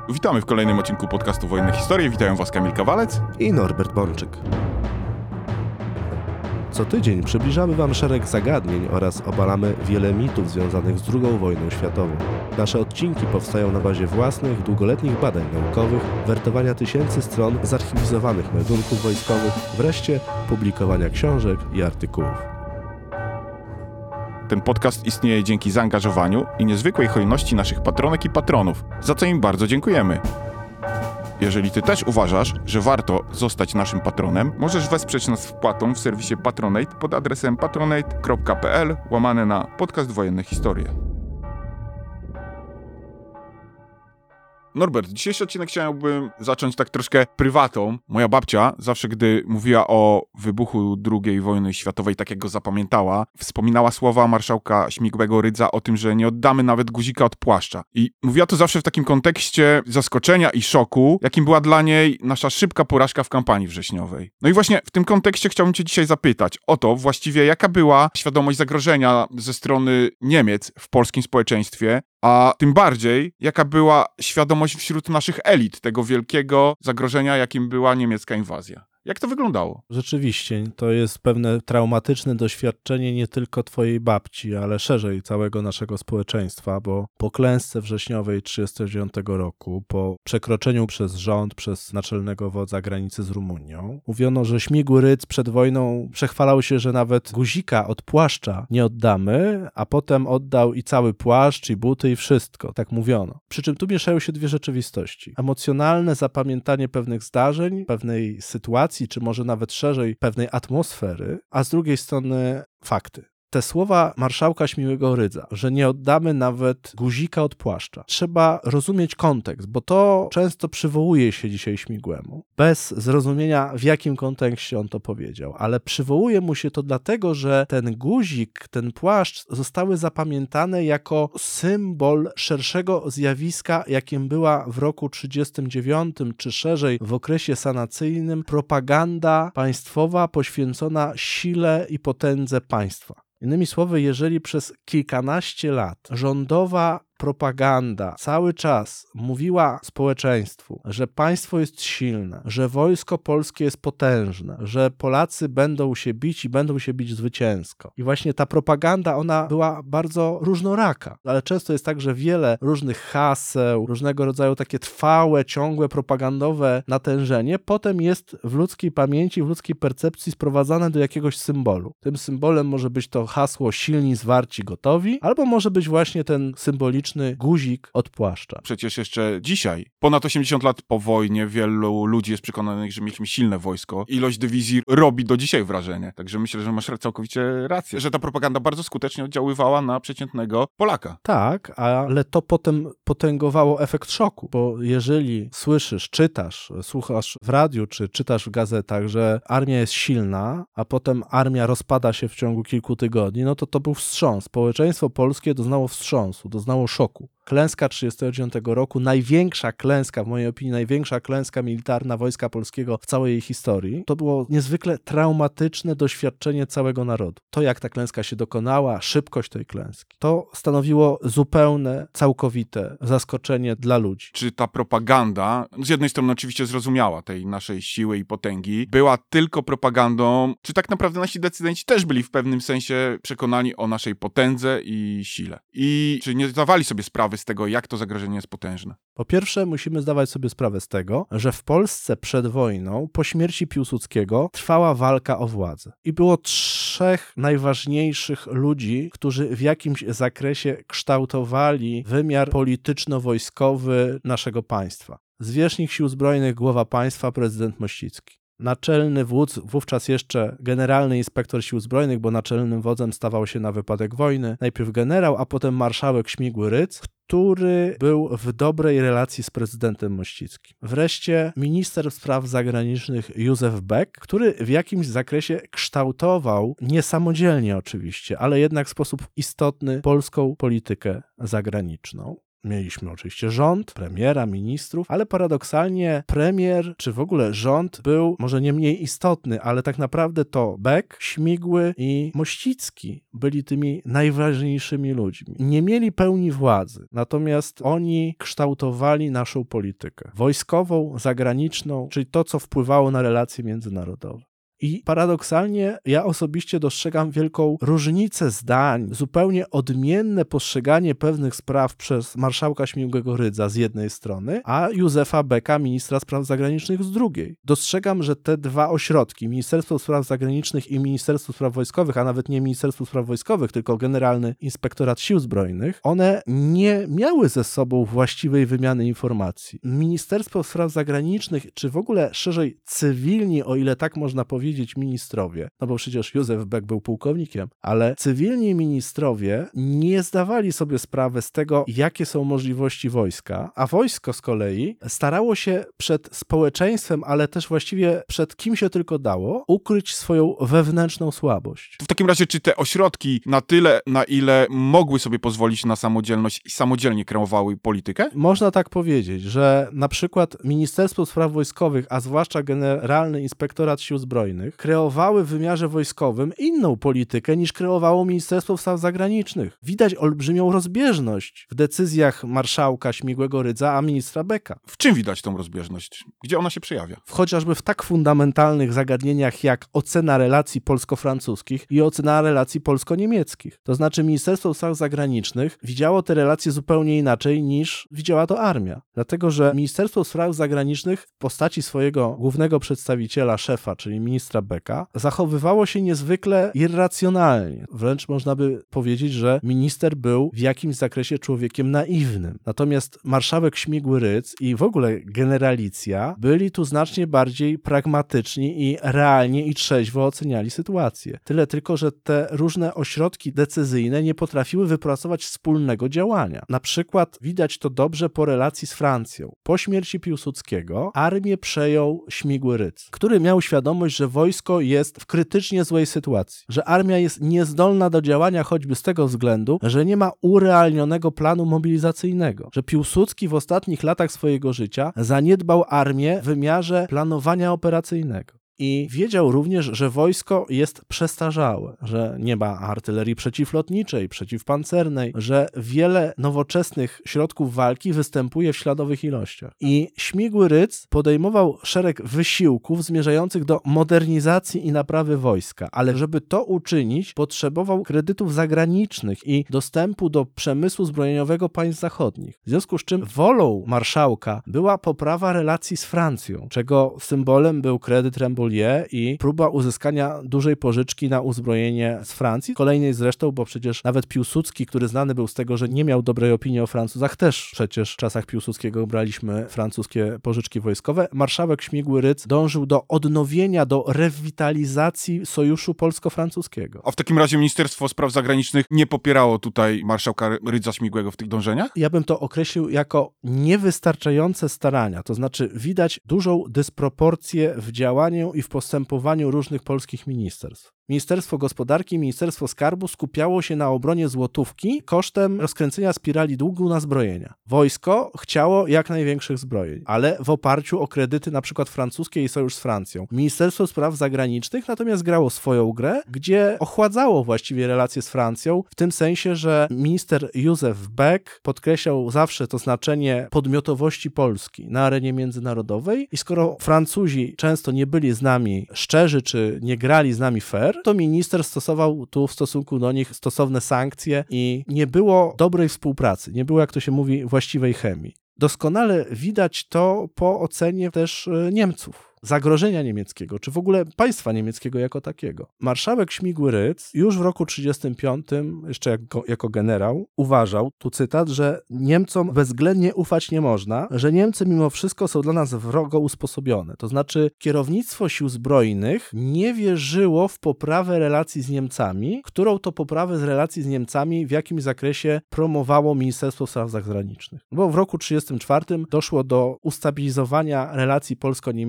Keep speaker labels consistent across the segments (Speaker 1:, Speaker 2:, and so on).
Speaker 1: Witamy w kolejnym odcinku podcastu Wojenne Historie. Witają Was Kamil Kawalec
Speaker 2: i Norbert Bączyk. Co tydzień przybliżamy Wam szereg zagadnień oraz obalamy wiele mitów związanych z II wojną światową. Nasze odcinki powstają na bazie własnych, długoletnich badań naukowych, wertowania tysięcy stron zarchiwizowanych meldunków wojskowych, wreszcie publikowania książek i artykułów.
Speaker 1: Ten podcast istnieje dzięki zaangażowaniu i niezwykłej hojności naszych patronek i patronów, za co im bardzo dziękujemy. Jeżeli Ty też uważasz, że warto zostać naszym patronem, możesz wesprzeć nas wpłatą w serwisie Patronate pod adresem patronate.pl/podcast Wojenne Historie. Norbert, dzisiejszy odcinek chciałbym zacząć tak troszkę prywatą. Moja babcia zawsze, gdy mówiła o wybuchu II wojny światowej, tak jak go zapamiętała, wspominała słowa marszałka Śmigłego Rydza o tym, że nie oddamy nawet guzika od płaszcza. I mówiła to zawsze w takim kontekście zaskoczenia i szoku, jakim była dla niej nasza szybka porażka w kampanii wrześniowej. No i właśnie w tym kontekście chciałbym Cię dzisiaj zapytać o to właściwie, jaka była świadomość zagrożenia ze strony Niemiec w polskim społeczeństwie, a tym bardziej, jaka była świadomość wśród naszych elit tego wielkiego zagrożenia, jakim była niemiecka inwazja. Jak to wyglądało?
Speaker 2: Rzeczywiście, to jest pewne traumatyczne doświadczenie nie tylko twojej babci, ale szerzej całego naszego społeczeństwa, bo po klęsce wrześniowej 1939 roku, po przekroczeniu przez rząd, przez naczelnego wodza granicy z Rumunią, mówiono, że Śmigły Rydz przed wojną przechwalał się, że nawet guzika od płaszcza nie oddamy, a potem oddał i cały płaszcz, i buty, i wszystko. Tak mówiono. Przy czym tu mieszają się dwie rzeczywistości. Emocjonalne zapamiętanie pewnych zdarzeń, pewnej sytuacji, czy może nawet szerzej pewnej atmosfery, a z drugiej strony fakty. Te słowa marszałka Śmiłego Rydza, że nie oddamy nawet guzika od płaszcza, trzeba rozumieć kontekst, bo to często przywołuje się dzisiaj Śmigłemu, bez zrozumienia, w jakim kontekście on to powiedział, ale przywołuje mu się to dlatego, że ten guzik, ten płaszcz zostały zapamiętane jako symbol szerszego zjawiska, jakim była w roku 1939, czy szerzej w okresie sanacyjnym, propaganda państwowa poświęcona sile i potędze państwa. Innymi słowy, jeżeli przez kilkanaście lat rządowa propaganda cały czas mówiła społeczeństwu, że państwo jest silne, że wojsko polskie jest potężne, że Polacy będą się bić i będą się bić zwycięsko. I właśnie ta propaganda, ona była bardzo różnoraka, ale często jest tak, że wiele różnych haseł, różnego rodzaju takie trwałe, ciągłe, propagandowe natężenie potem jest w ludzkiej pamięci, w ludzkiej percepcji sprowadzane do jakiegoś symbolu. Tym symbolem może być to hasło silni, zwarci, gotowi, albo może być właśnie ten symboliczny guzik od płaszcza.
Speaker 1: Przecież jeszcze dzisiaj, ponad 80 lat po wojnie, wielu ludzi jest przekonanych, że mieliśmy silne wojsko. Ilość dywizji robi do dzisiaj wrażenie. Także myślę, że masz całkowicie rację, że ta propaganda bardzo skutecznie oddziaływała na przeciętnego Polaka.
Speaker 2: Tak, ale to potem potęgowało efekt szoku, bo jeżeli słyszysz, czytasz, słuchasz w radiu, czy czytasz w gazetach, że armia jest silna, a potem armia rozpada się w ciągu kilku tygodni, no to był wstrząs. Społeczeństwo polskie doznało wstrząsu, doznało szoku. Klęska 1939 roku, największa klęska, w mojej opinii największa klęska militarna Wojska Polskiego w całej jej historii, to było niezwykle traumatyczne doświadczenie całego narodu. To, jak ta klęska się dokonała, szybkość tej klęski, to stanowiło zupełne, całkowite zaskoczenie dla ludzi.
Speaker 1: Czy ta propaganda, z jednej strony oczywiście zrozumiała tej naszej siły i potęgi, była tylko propagandą, czy tak naprawdę nasi decydenci też byli w pewnym sensie przekonani o naszej potędze i sile? I czy nie zdawali sobie sprawy z tego, jak to zagrożenie jest potężne?
Speaker 2: Po pierwsze, musimy zdawać sobie sprawę z tego, że w Polsce przed wojną, po śmierci Piłsudskiego, trwała walka o władzę. I było trzech najważniejszych ludzi, którzy w jakimś zakresie kształtowali wymiar polityczno-wojskowy naszego państwa. Zwierzchnik Sił Zbrojnych, głowa państwa, prezydent Mościcki. Naczelny wódz, wówczas jeszcze generalny inspektor Sił Zbrojnych, bo naczelnym wodzem stawał się na wypadek wojny, najpierw generał, a potem marszałek Śmigły Rydz, który był w dobrej relacji z prezydentem Mościckim. Wreszcie minister spraw zagranicznych Józef Beck, który w jakimś zakresie kształtował, niesamodzielnie oczywiście, ale jednak w sposób istotny polską politykę zagraniczną. Mieliśmy oczywiście rząd, premiera, ministrów, ale paradoksalnie premier, czy w ogóle rząd był może nie mniej istotny, ale tak naprawdę to Beck, Śmigły i Mościcki byli tymi najważniejszymi ludźmi. Nie mieli pełni władzy, natomiast oni kształtowali naszą politykę wojskową, zagraniczną, czyli to, co wpływało na relacje międzynarodowe. I paradoksalnie ja osobiście dostrzegam wielką różnicę zdań, zupełnie odmienne postrzeganie pewnych spraw przez marszałka Śmigłego Rydza z jednej strony, a Józefa Becka, ministra spraw zagranicznych z drugiej. Dostrzegam, że te dwa ośrodki, Ministerstwo Spraw Zagranicznych i Ministerstwo Spraw Wojskowych, a nawet nie Ministerstwo Spraw Wojskowych, tylko Generalny Inspektorat Sił Zbrojnych, one nie miały ze sobą właściwej wymiany informacji. Ministerstwo Spraw Zagranicznych, czy w ogóle szerzej cywilni, o ile tak można powiedzieć, ministrowie, no bo przecież Józef Beck był pułkownikiem, ale cywilni ministrowie nie zdawali sobie sprawy z tego, jakie są możliwości wojska, a wojsko z kolei starało się przed społeczeństwem, ale też właściwie przed kim się tylko dało, ukryć swoją wewnętrzną słabość.
Speaker 1: W takim razie, czy te ośrodki na tyle, na ile mogły sobie pozwolić na samodzielność i samodzielnie kreowały politykę?
Speaker 2: Można tak powiedzieć, że na przykład Ministerstwo Spraw Wojskowych, a zwłaszcza Generalny Inspektorat Sił Zbrojnych, kreowały w wymiarze wojskowym inną politykę niż kreowało Ministerstwo Spraw Zagranicznych. Widać olbrzymią rozbieżność w decyzjach marszałka Śmigłego Rydza, a ministra Becka.
Speaker 1: W czym widać tą rozbieżność? Gdzie ona się przejawia?
Speaker 2: Chociażby w tak fundamentalnych zagadnieniach jak ocena relacji polsko-francuskich i ocena relacji polsko-niemieckich. To znaczy Ministerstwo Spraw Zagranicznych widziało te relacje zupełnie inaczej niż widziała to armia. Dlatego, że Ministerstwo Spraw Zagranicznych w postaci swojego głównego przedstawiciela, szefa, czyli ministra Becka, zachowywało się niezwykle irracjonalnie. Wręcz można by powiedzieć, że minister był w jakimś zakresie człowiekiem naiwnym. Natomiast marszałek Śmigły Rydz i w ogóle generalicja byli tu znacznie bardziej pragmatyczni i realnie i trzeźwo oceniali sytuację. Tyle tylko, że te różne ośrodki decyzyjne nie potrafiły wypracować wspólnego działania. Na przykład widać to dobrze po relacji z Francją. Po śmierci Piłsudskiego armię przejął Śmigły Rydz, który miał świadomość, że wojsko jest w krytycznie złej sytuacji, że armia jest niezdolna do działania choćby z tego względu, że nie ma urealnionego planu mobilizacyjnego, że Piłsudski w ostatnich latach swojego życia zaniedbał armię w wymiarze planowania operacyjnego. I wiedział również, że wojsko jest przestarzałe, że nie ma artylerii przeciwlotniczej, przeciwpancernej, że wiele nowoczesnych środków walki występuje w śladowych ilościach. I Śmigły Rydz podejmował szereg wysiłków zmierzających do modernizacji i naprawy wojska, ale żeby to uczynić, potrzebował kredytów zagranicznych i dostępu do przemysłu zbrojeniowego państw zachodnich. W związku z czym wolą marszałka była poprawa relacji z Francją, czego symbolem był kredyt Rambouillet i próba uzyskania dużej pożyczki na uzbrojenie z Francji. Kolejnej zresztą, bo przecież nawet Piłsudski, który znany był z tego, że nie miał dobrej opinii o Francuzach, też przecież w czasach Piłsudskiego braliśmy francuskie pożyczki wojskowe. Marszałek Śmigły Rydz dążył do odnowienia, do rewitalizacji sojuszu polsko-francuskiego.
Speaker 1: A w takim razie Ministerstwo Spraw Zagranicznych nie popierało tutaj marszałka Rydza Śmigłego w tych dążeniach?
Speaker 2: Ja bym to określił jako niewystarczające starania, to znaczy widać dużą dysproporcję w działaniu i w postępowaniu różnych polskich ministerstw. Ministerstwo Gospodarki i Ministerstwo Skarbu skupiało się na obronie złotówki kosztem rozkręcenia spirali długu na zbrojenia. Wojsko chciało jak największych zbrojeń, ale w oparciu o kredyty na przykład francuskie i sojusz z Francją. Ministerstwo Spraw Zagranicznych natomiast grało swoją grę, gdzie ochładzało właściwie relacje z Francją, w tym sensie, że minister Józef Beck podkreślał zawsze to znaczenie podmiotowości Polski na arenie międzynarodowej i skoro Francuzi często nie byli z nami szczerzy, czy nie grali z nami fair, to minister stosował tu w stosunku do nich stosowne sankcje i nie było dobrej współpracy, nie było, jak to się mówi, właściwej chemii. Doskonale widać to po ocenie też Niemców. Zagrożenia niemieckiego, czy w ogóle państwa niemieckiego jako takiego. Marszałek Śmigły Rydz już w roku 1935, jeszcze jako generał, uważał, tu cytat, że Niemcom bezwzględnie ufać nie można, że Niemcy mimo wszystko są dla nas wrogo usposobione. To znaczy kierownictwo sił zbrojnych nie wierzyło w poprawę relacji z Niemcami, którą to poprawę z relacji z Niemcami w jakimś zakresie promowało Ministerstwo Spraw Zagranicznych. Bo w roku 1934 doszło do ustabilizowania relacji polsko-niemieckich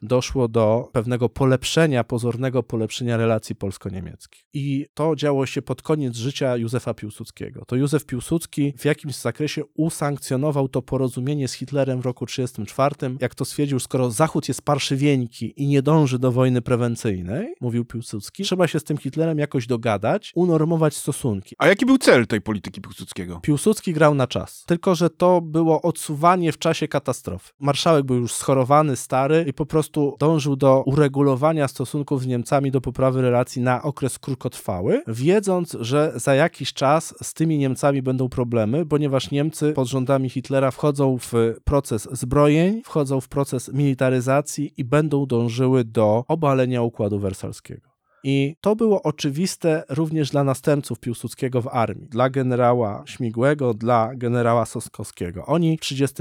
Speaker 2: doszło do pewnego polepszenia, pozornego polepszenia relacji polsko-niemieckich. I to działo się pod koniec życia Józefa Piłsudskiego. To Józef Piłsudski w jakimś zakresie usankcjonował to porozumienie z Hitlerem w roku 1934. Jak to stwierdził, skoro Zachód jest parszywieńki i nie dąży do wojny prewencyjnej, mówił Piłsudski, trzeba się z tym Hitlerem jakoś dogadać, unormować stosunki.
Speaker 1: A jaki był cel tej polityki Piłsudskiego?
Speaker 2: Piłsudski grał na czas. Tylko że to było odsuwanie w czasie katastrofy. Marszałek był już schorowany, stary i po prostu dążył do uregulowania stosunków z Niemcami, do poprawy relacji na okres krótkotrwały, wiedząc, że za jakiś czas z tymi Niemcami będą problemy, ponieważ Niemcy pod rządami Hitlera wchodzą w proces zbrojeń, wchodzą w proces militaryzacji i będą dążyły do obalenia Układu Wersalskiego. I to było oczywiste również dla następców Piłsudskiego w armii, dla generała Śmigłego, dla generała Soskowskiego. Oni w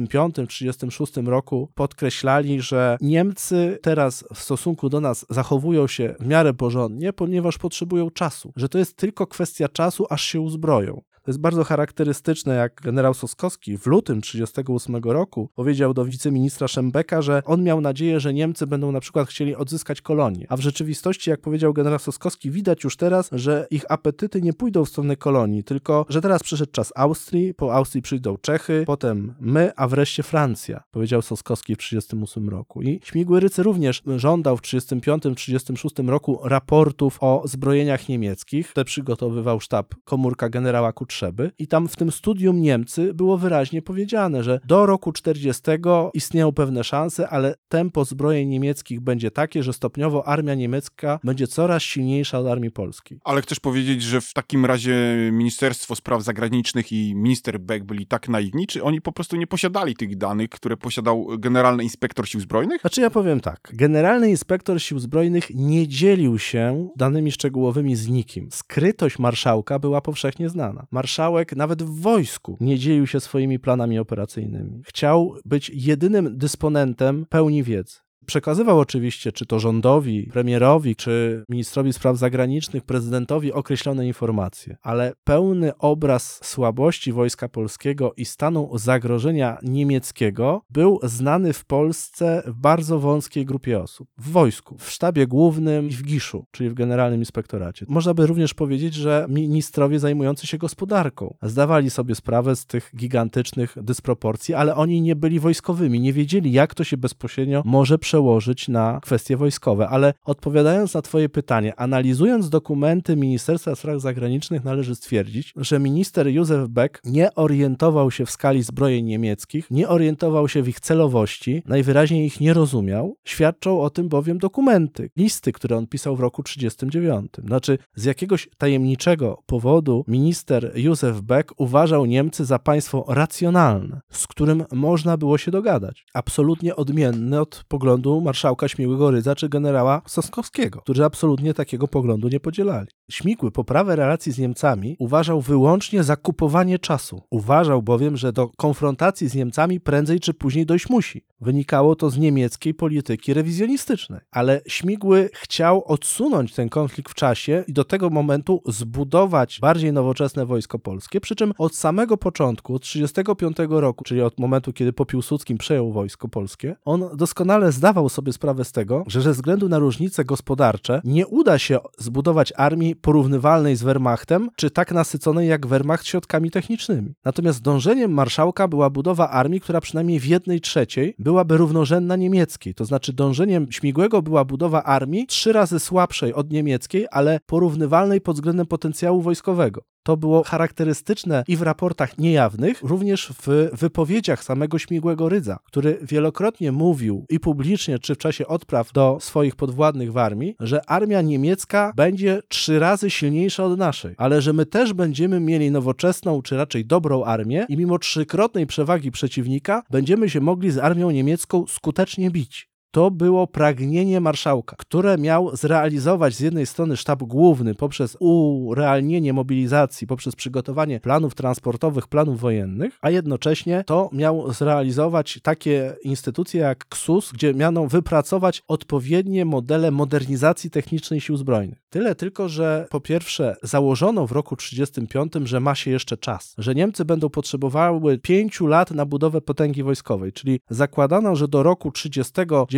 Speaker 2: 1935-1936 roku podkreślali, że Niemcy teraz w stosunku do nas zachowują się w miarę porządnie, ponieważ potrzebują czasu, że to jest tylko kwestia czasu, aż się uzbroją. To jest bardzo charakterystyczne, jak generał Soskowski w lutym 1938 roku powiedział do wiceministra Szembeka, że on miał nadzieję, że Niemcy będą na przykład chcieli odzyskać kolonię. A w rzeczywistości, jak powiedział generał Soskowski, widać już teraz, że ich apetyty nie pójdą w stronę kolonii, tylko że teraz przyszedł czas Austrii, po Austrii przyjdą Czechy, potem my, a wreszcie Francja, powiedział Soskowski w 1938 roku. I Śmigły Rycy również żądał w 1935-1936 roku raportów o zbrojeniach niemieckich. Te przygotowywał sztab komórka generała Kutrzeby i tam w tym studium Niemcy było wyraźnie powiedziane, że do roku 40 istnieją pewne szanse, ale tempo zbrojeń niemieckich będzie takie, że stopniowo armia niemiecka będzie coraz silniejsza od armii polskiej.
Speaker 1: Ale chcesz powiedzieć, że w takim razie Ministerstwo Spraw Zagranicznych i minister Beck byli tak naiwni, czy oni po prostu nie posiadali tych danych, które posiadał Generalny Inspektor Sił Zbrojnych?
Speaker 2: Znaczy ja powiem tak, Generalny Inspektor Sił Zbrojnych nie dzielił się danymi szczegółowymi z nikim. Skrytość marszałka była powszechnie znana. Marszałek nawet w wojsku nie dzielił się swoimi planami operacyjnymi. Chciał być jedynym dysponentem pełni wiedzy. Przekazywał oczywiście, czy to rządowi, premierowi, czy ministrowi spraw zagranicznych, prezydentowi określone informacje, ale pełny obraz słabości Wojska Polskiego i stanu zagrożenia niemieckiego był znany w Polsce w bardzo wąskiej grupie osób. W wojsku, w sztabie głównym i w Giszu, czyli w Generalnym Inspektoracie. Można by również powiedzieć, że ministrowie zajmujący się gospodarką zdawali sobie sprawę z tych gigantycznych dysproporcji, ale oni nie byli wojskowymi, nie wiedzieli, jak to się bezpośrednio może przełożyć na kwestie wojskowe, ale odpowiadając na twoje pytanie, analizując dokumenty Ministerstwa Spraw Zagranicznych, należy stwierdzić, że minister Józef Beck nie orientował się w skali zbrojeń niemieckich, nie orientował się w ich celowości, najwyraźniej ich nie rozumiał. Świadczą o tym bowiem dokumenty, listy, które on pisał w roku 1939. Znaczy, z jakiegoś tajemniczego powodu minister Józef Beck uważał Niemcy za państwo racjonalne, z którym można było się dogadać. Absolutnie odmienny od poglądu marszałka Śmigłego Rydza czy generała Soskowskiego, którzy absolutnie takiego poglądu nie podzielali. Śmigły poprawę relacji z Niemcami uważał wyłącznie za kupowanie czasu. Uważał bowiem, że do konfrontacji z Niemcami prędzej czy później dojść musi. Wynikało to z niemieckiej polityki rewizjonistycznej. Ale Śmigły chciał odsunąć ten konflikt w czasie i do tego momentu zbudować bardziej nowoczesne wojsko polskie, przy czym od samego początku, od 1935 roku, czyli od momentu, kiedy po Piłsudskim przejął wojsko polskie, on doskonale zdawał sobie sprawę z tego, że ze względu na różnice gospodarcze nie uda się zbudować armii porównywalnej z Wehrmachtem, czy tak nasyconej jak Wehrmacht środkami technicznymi. Natomiast dążeniem marszałka była budowa armii, która przynajmniej w 1/3 byłaby równorzędna niemieckiej. To znaczy dążeniem Śmigłego była budowa armii 3 razy słabszej od niemieckiej, ale porównywalnej pod względem potencjału wojskowego. To było charakterystyczne i w raportach niejawnych, również w wypowiedziach samego Śmigłego Rydza, który wielokrotnie mówił i publicznie, czy w czasie odpraw do swoich podwładnych w armii, że armia niemiecka będzie 3 razy silniejsza od naszej, ale że my też będziemy mieli nowoczesną, czy raczej dobrą armię i mimo 3-krotnej przewagi przeciwnika będziemy się mogli z armią niemiecką skutecznie bić. To było pragnienie marszałka, które miał zrealizować z jednej strony sztab główny poprzez urealnienie mobilizacji, poprzez przygotowanie planów transportowych, planów wojennych, a jednocześnie to miał zrealizować takie instytucje jak KSUS, gdzie miano wypracować odpowiednie modele modernizacji technicznej sił zbrojnych. Tyle tylko, że po pierwsze założono w roku 1935, że ma się jeszcze czas, że Niemcy będą potrzebowały 5 lat na budowę potęgi wojskowej, czyli zakładano, że do roku 1939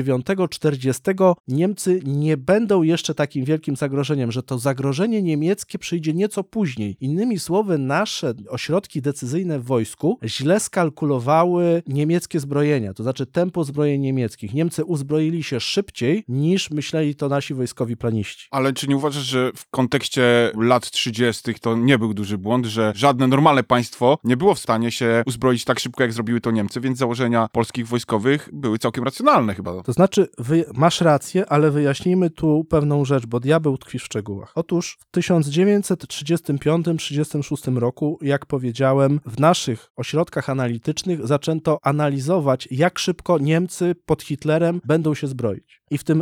Speaker 2: 39-40 Niemcy nie będą jeszcze takim wielkim zagrożeniem, że to zagrożenie niemieckie przyjdzie nieco później. Innymi słowy, nasze ośrodki decyzyjne w wojsku źle skalkulowały niemieckie zbrojenia, to znaczy tempo zbrojeń niemieckich. Niemcy uzbroili się szybciej niż myśleli to nasi wojskowi planiści.
Speaker 1: Ale czy nie uważasz, że w kontekście lat 30. to nie był duży błąd, że żadne normalne państwo nie było w stanie się uzbroić tak szybko, jak zrobiły to Niemcy, więc założenia polskich wojskowych były całkiem racjonalne chyba.
Speaker 2: To znaczy, masz rację, ale wyjaśnijmy tu pewną rzecz, bo diabeł tkwi w szczegółach. Otóż w 1935-36 roku, jak powiedziałem, w naszych ośrodkach analitycznych zaczęto analizować, jak szybko Niemcy pod Hitlerem będą się zbroić. I w tym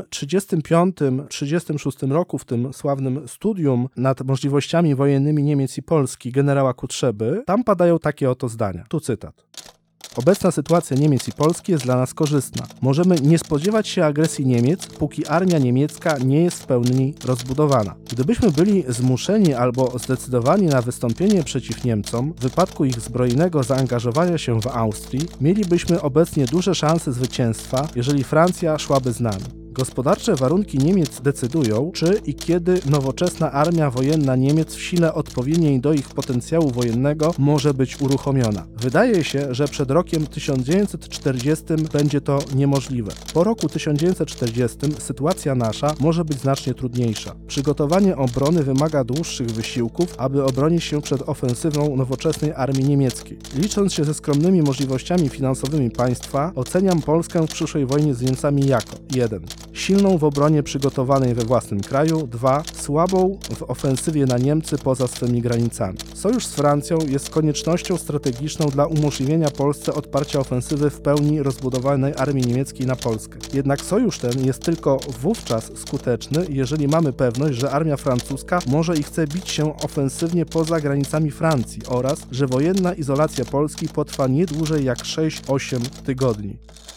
Speaker 2: 35-36 roku, w tym sławnym studium nad możliwościami wojennymi Niemiec i Polski generała Kutrzeby, tam padają takie oto zdania. Tu cytat. Obecna sytuacja Niemiec i Polski jest dla nas korzystna. Możemy nie spodziewać się agresji Niemiec, póki armia niemiecka nie jest w pełni rozbudowana. Gdybyśmy byli zmuszeni albo zdecydowani na wystąpienie przeciw Niemcom, w wypadku ich zbrojnego zaangażowania się w Austrii, mielibyśmy obecnie duże szanse zwycięstwa, jeżeli Francja szłaby z nami. Gospodarcze warunki Niemiec decydują, czy i kiedy nowoczesna armia wojenna Niemiec w sile odpowiedniej do ich potencjału wojennego może być uruchomiona. Wydaje się, że przed rokiem 1940 będzie to niemożliwe. Po roku 1940 sytuacja nasza może być znacznie trudniejsza. Przygotowanie obrony wymaga dłuższych wysiłków, aby obronić się przed ofensywą nowoczesnej armii niemieckiej. Licząc się ze skromnymi możliwościami finansowymi państwa, oceniam Polskę w przyszłej wojnie z Niemcami jako 1. Silną w obronie przygotowanej we własnym kraju, 2. Słabą w ofensywie na Niemcy poza swymi granicami. Sojusz z Francją jest koniecznością strategiczną dla umożliwienia Polsce odparcia ofensywy w pełni rozbudowanej armii niemieckiej na Polskę. Jednak sojusz ten jest tylko wówczas skuteczny, jeżeli mamy pewność, że armia francuska może i chce bić się ofensywnie poza granicami Francji oraz, że wojenna izolacja Polski potrwa nie dłużej jak 6-8 tygodni.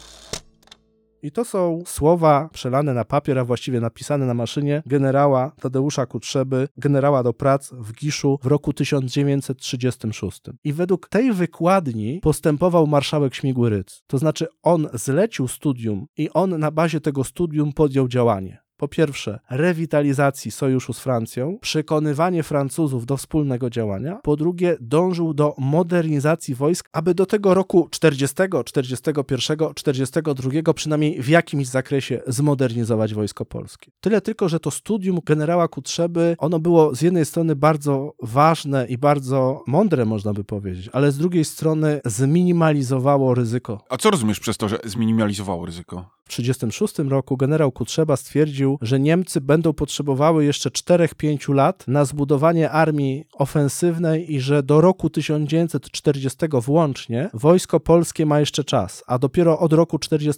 Speaker 2: I to są słowa przelane na papier, a właściwie napisane na maszynie generała Tadeusza Kutrzeby, generała do prac w Giszu w roku 1936. I według tej wykładni postępował marszałek Śmigły Rydz. To znaczy on zlecił studium i on na bazie tego studium podjął działanie. Po pierwsze, rewitalizacji sojuszu z Francją, przekonywanie Francuzów do wspólnego działania. Po drugie, dążył do modernizacji wojsk, aby do tego roku 40, 41, 42 przynajmniej w jakimś zakresie zmodernizować wojsko polskie. Tyle tylko, że to studium generała Kutrzeby, ono było z jednej strony bardzo ważne i bardzo mądre, można by powiedzieć, ale z drugiej strony zminimalizowało ryzyko.
Speaker 1: A co rozumiesz przez to, że zminimalizowało ryzyko?
Speaker 2: W 1936 roku generał Kutrzeba stwierdził, że Niemcy będą potrzebowały jeszcze 4-5 lat na zbudowanie armii ofensywnej i że do roku 1940 włącznie wojsko polskie ma jeszcze czas, a dopiero od roku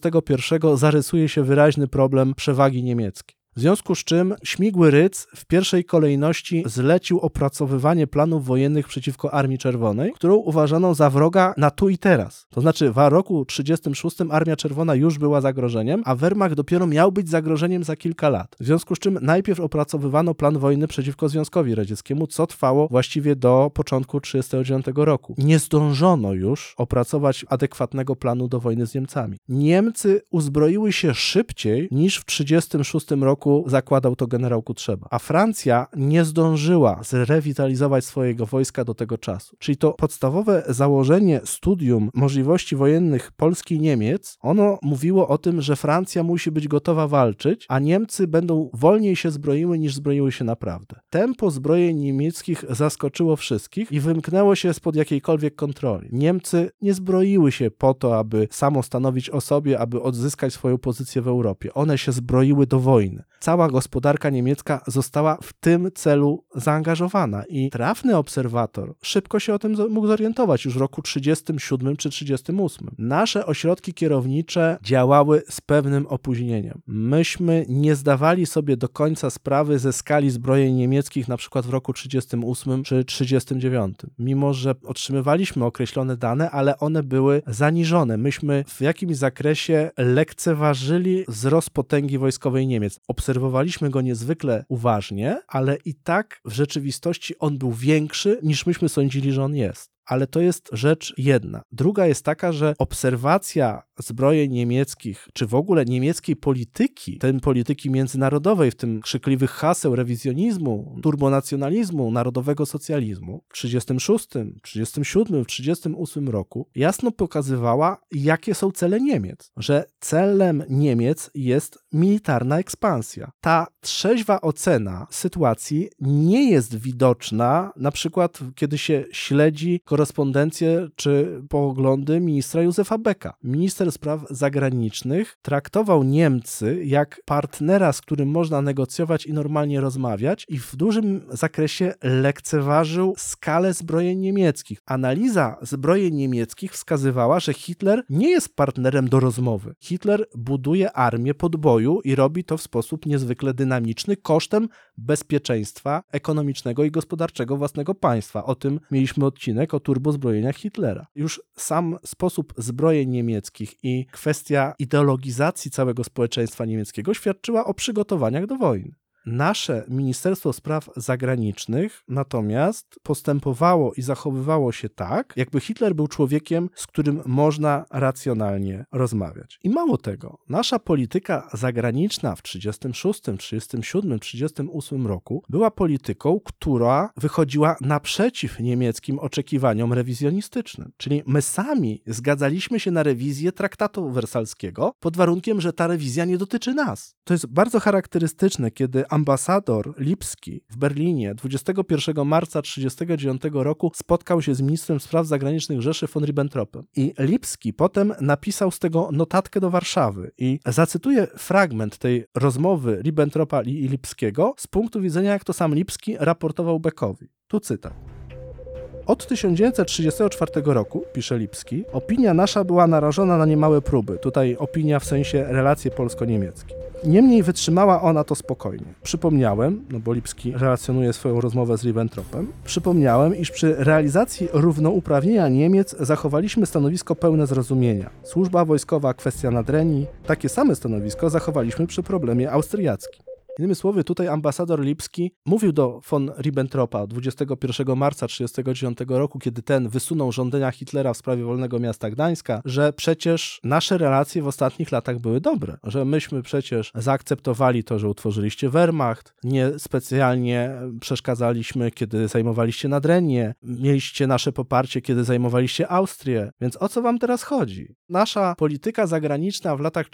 Speaker 2: 1941 zarysuje się wyraźny problem przewagi niemieckiej. W związku z czym Śmigły Rydz w pierwszej kolejności zlecił opracowywanie planów wojennych przeciwko Armii Czerwonej, którą uważano za wroga na tu i teraz. To znaczy w roku 1936 Armia Czerwona już była zagrożeniem, a Wehrmacht dopiero miał być zagrożeniem za kilka lat. W związku z czym najpierw opracowywano plan wojny przeciwko Związkowi Radzieckiemu, co trwało właściwie do początku 1939 roku. Nie zdążono już opracować adekwatnego planu do wojny z Niemcami. Niemcy uzbroiły się szybciej niż w 1936 roku zakładał to generał Kutrzeba. A Francja nie zdążyła zrewitalizować swojego wojska do tego czasu. Czyli to podstawowe założenie studium możliwości wojennych Polski i Niemiec, ono mówiło o tym, że Francja musi być gotowa walczyć, a Niemcy będą wolniej się zbroiły niż zbroiły się naprawdę. Tempo zbrojeń niemieckich zaskoczyło wszystkich i wymknęło się spod jakiejkolwiek kontroli. Niemcy nie zbroiły się po to, aby samo stanowić o sobie, aby odzyskać swoją pozycję w Europie. One się zbroiły do wojny. Cała gospodarka niemiecka została w tym celu zaangażowana i trafny obserwator szybko się o tym mógł zorientować już w roku 1937 czy 1938. Nasze ośrodki kierownicze działały z pewnym opóźnieniem. Myśmy nie zdawali sobie do końca sprawy ze skali zbrojeń niemieckich na przykład w roku 1938 czy 1939. Mimo że otrzymywaliśmy określone dane, ale one były zaniżone. Myśmy w jakimś zakresie lekceważyli wzrost potęgi wojskowej Niemiec. Obserwowaliśmy go niezwykle uważnie, ale i tak w rzeczywistości on był większy niż myśmy sądzili, że on jest. ale to jest rzecz jedna. Druga jest taka, że obserwacja zbrojeń niemieckich, czy w ogóle niemieckiej polityki, tej polityki międzynarodowej, w tym krzykliwych haseł rewizjonizmu, turbonacjonalizmu, narodowego socjalizmu w 1936, 1937, 1938 roku jasno pokazywała, jakie są cele Niemiec. Że celem Niemiec jest militarna ekspansja. Ta trzeźwa ocena sytuacji nie jest widoczna, na przykład kiedy się śledzi korespondencję czy poglądy ministra Józefa Becka. Minister spraw zagranicznych traktował Niemcy jak partnera, z którym można negocjować i normalnie rozmawiać, i w dużym zakresie lekceważył skalę zbrojeń niemieckich. Analiza zbrojeń niemieckich wskazywała, że Hitler nie jest partnerem do rozmowy. Hitler buduje armię podboju i robi to w sposób niezwykle dynamiczny kosztem bezpieczeństwa ekonomicznego i gospodarczego własnego państwa. O tym mieliśmy odcinek o turbozbrojeniach Hitlera. Już sam sposób zbrojeń niemieckich i kwestia ideologizacji całego społeczeństwa niemieckiego świadczyła o przygotowaniach do wojny. Nasze Ministerstwo Spraw Zagranicznych natomiast postępowało i zachowywało się tak, jakby Hitler był człowiekiem, z którym można racjonalnie rozmawiać. I mało tego, nasza polityka zagraniczna w 1936, 1937, 1938 roku była polityką, która wychodziła naprzeciw niemieckim oczekiwaniom rewizjonistycznym. Czyli my sami zgadzaliśmy się na rewizję traktatu wersalskiego pod warunkiem, że ta rewizja nie dotyczy nas. To jest bardzo charakterystyczne, kiedy ambasador Lipski w Berlinie 21 marca 1939 roku spotkał się z ministrem spraw zagranicznych Rzeszy von Ribbentropem. I Lipski potem napisał z tego notatkę do Warszawy. I zacytuję fragment tej rozmowy Ribbentropa i Lipskiego z punktu widzenia, jak to sam Lipski raportował Beckowi. Tu cytat. Od 1934 roku, pisze Lipski, opinia nasza była narażona na niemałe próby. Tutaj opinia w sensie relacje polsko-niemieckie. Niemniej wytrzymała ona to spokojnie. Przypomniałem, bo Lipski relacjonuje swoją rozmowę z Ribbentropem, przypomniałem, iż przy realizacji równouprawnienia Niemiec zachowaliśmy stanowisko pełne zrozumienia. Służba wojskowa, kwestia Nadrenii, takie same stanowisko zachowaliśmy przy problemie austriackim. Innymi słowy, tutaj ambasador Lipski mówił do von Ribbentropa 21 marca 1939 roku, kiedy ten wysunął żądania Hitlera w sprawie Wolnego Miasta Gdańska, że przecież nasze relacje w ostatnich latach były dobre, że myśmy przecież zaakceptowali to, że utworzyliście Wehrmacht, nie specjalnie przeszkadzaliśmy, kiedy zajmowaliście Nadrenię, mieliście nasze poparcie, kiedy zajmowaliście Austrię, więc o co wam teraz chodzi? Nasza polityka zagraniczna w latach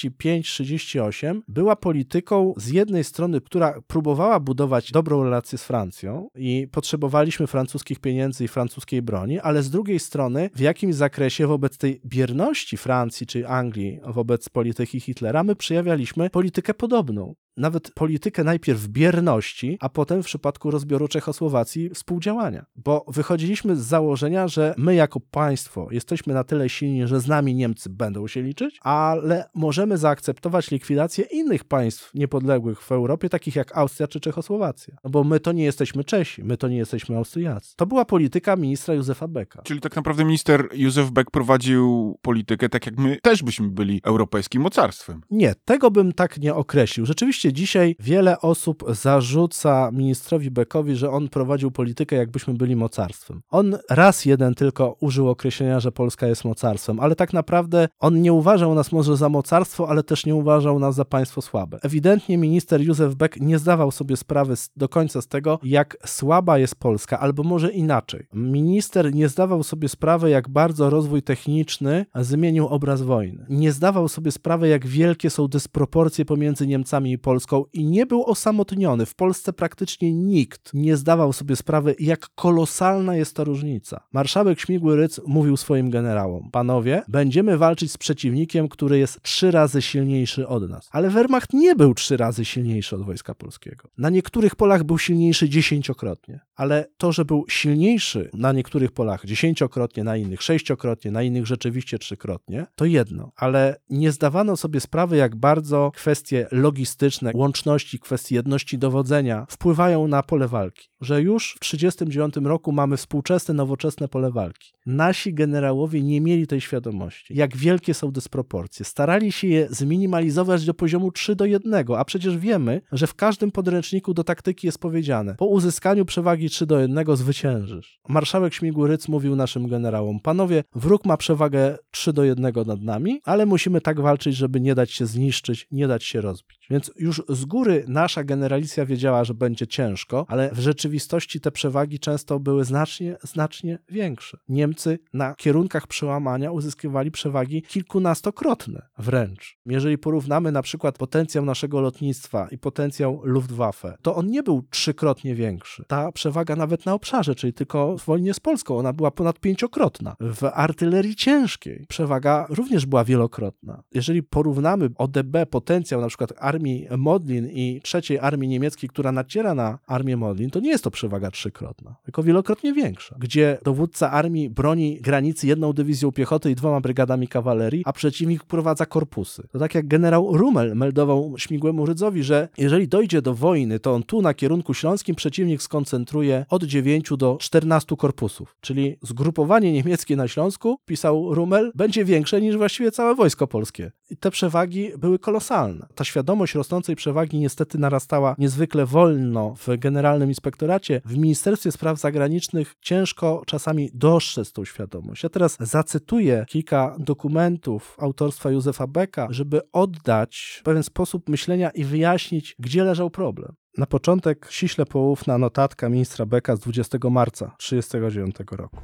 Speaker 2: 35-38 była polityką z jednej strony, która próbowała budować dobrą relację z Francją i potrzebowaliśmy francuskich pieniędzy i francuskiej broni, ale z drugiej strony w jakimś zakresie wobec tej bierności Francji czy Anglii wobec polityki Hitlera my przejawialiśmy politykę podobną. Nawet politykę najpierw bierności, a potem w przypadku rozbioru Czechosłowacji współdziałania. Bo wychodziliśmy z założenia, że my jako państwo jesteśmy na tyle silni, że z nami Niemcy będą się liczyć, ale możemy zaakceptować likwidację innych państw niepodległych w Europie, takich jak Austria czy Czechosłowacja. No bo my to nie jesteśmy Czesi, my to nie jesteśmy Austriacy. To była polityka ministra Józefa Becka.
Speaker 1: Czyli tak naprawdę minister Józef Beck prowadził politykę tak, jak my też byśmy byli europejskim mocarstwem.
Speaker 2: Nie, tego bym tak nie określił. Rzeczywiście dzisiaj wiele osób zarzuca ministrowi Beckowi, że on prowadził politykę, jakbyśmy byli mocarstwem. On raz jeden tylko użył określenia, że Polska jest mocarstwem, ale tak naprawdę on nie uważał nas może za mocarstwo, ale też nie uważał nas za państwo słabe. Ewidentnie minister Józef Beck nie zdawał sobie sprawy do końca z tego, jak słaba jest Polska, albo może inaczej. Minister nie zdawał sobie sprawy, jak bardzo rozwój techniczny zmienił obraz wojny. Nie zdawał sobie sprawy, jak wielkie są dysproporcje pomiędzy Niemcami i Polską i nie był osamotniony. W Polsce praktycznie nikt nie zdawał sobie sprawy, jak kolosalna jest ta różnica. Marszałek Śmigły-Rydz mówił swoim generałom: panowie, będziemy walczyć z przeciwnikiem, który jest 3 razy silniejszy od nas. Ale Wehrmacht nie był 3 razy silniejszy od Wojska Polskiego. Na niektórych polach był silniejszy 10-krotnie. Ale to, że był silniejszy na niektórych polach 10-krotnie, na innych 6-krotnie, na innych rzeczywiście 3-krotnie, to jedno. Ale nie zdawano sobie sprawy, jak bardzo kwestie logistyczne, łączności, kwestie jedności dowodzenia wpływają na pole walki. że już w 1939 roku mamy współczesne, nowoczesne pole walki. Nasi generałowie nie mieli tej świadomości, jak wielkie są dysproporcje. Starali się je zminimalizować do poziomu 3:1, a przecież wiemy, że w każdym podręczniku do taktyki jest powiedziane: po uzyskaniu przewagi 3:1 zwyciężysz. Marszałek Śmigły-Rydz mówił naszym generałom: panowie, wróg ma przewagę 3:1 nad nami, ale musimy tak walczyć, żeby nie dać się zniszczyć, nie dać się rozbić. Więc już z góry nasza generalicja wiedziała, że będzie ciężko, ale w rzeczywistości te przewagi często były znacznie większe. Niemcy na kierunkach przełamania uzyskiwali przewagi kilkunastokrotne wręcz. Jeżeli porównamy na przykład potencjał naszego lotnictwa i potencjał Luftwaffe, to on nie był 3-krotnie większy. Ta przewaga nawet na obszarze, czyli tylko w wojnie z Polską, ona była ponad 5-krotna. W artylerii ciężkiej przewaga również była wielokrotna. Jeżeli porównamy ODB, potencjał na przykład armii Modlin i III Armii Niemieckiej, która naciera na armię Modlin, to nie jest to przewaga 3-krotna, tylko wielokrotnie większa, gdzie dowódca armii broni granicy 1 dywizją piechoty i 2 brygadami kawalerii, a przeciwnik prowadza korpusy. To tak jak generał Rummel meldował Śmigłemu Rydzowi, że jeżeli dojdzie do wojny, to on tu na kierunku śląskim przeciwnik skoncentruje od 9 do 14 korpusów. Czyli zgrupowanie niemieckie na Śląsku, pisał Rummel, będzie większe niż właściwie całe wojsko polskie. I te przewagi były kolosalne. Ta świadomość rosnącej przewagi niestety narastała niezwykle wolno w Generalnym Inspektoracie. W Ministerstwie Spraw Zagranicznych ciężko czasami dostrzec tą świadomość. Ja teraz zacytuję kilka dokumentów autorstwa Józefa Becka, żeby oddać pewien sposób myślenia i wyjaśnić, gdzie leżał problem. Na początek ściśle poufna notatka ministra Becka z 20 marca 1939 roku.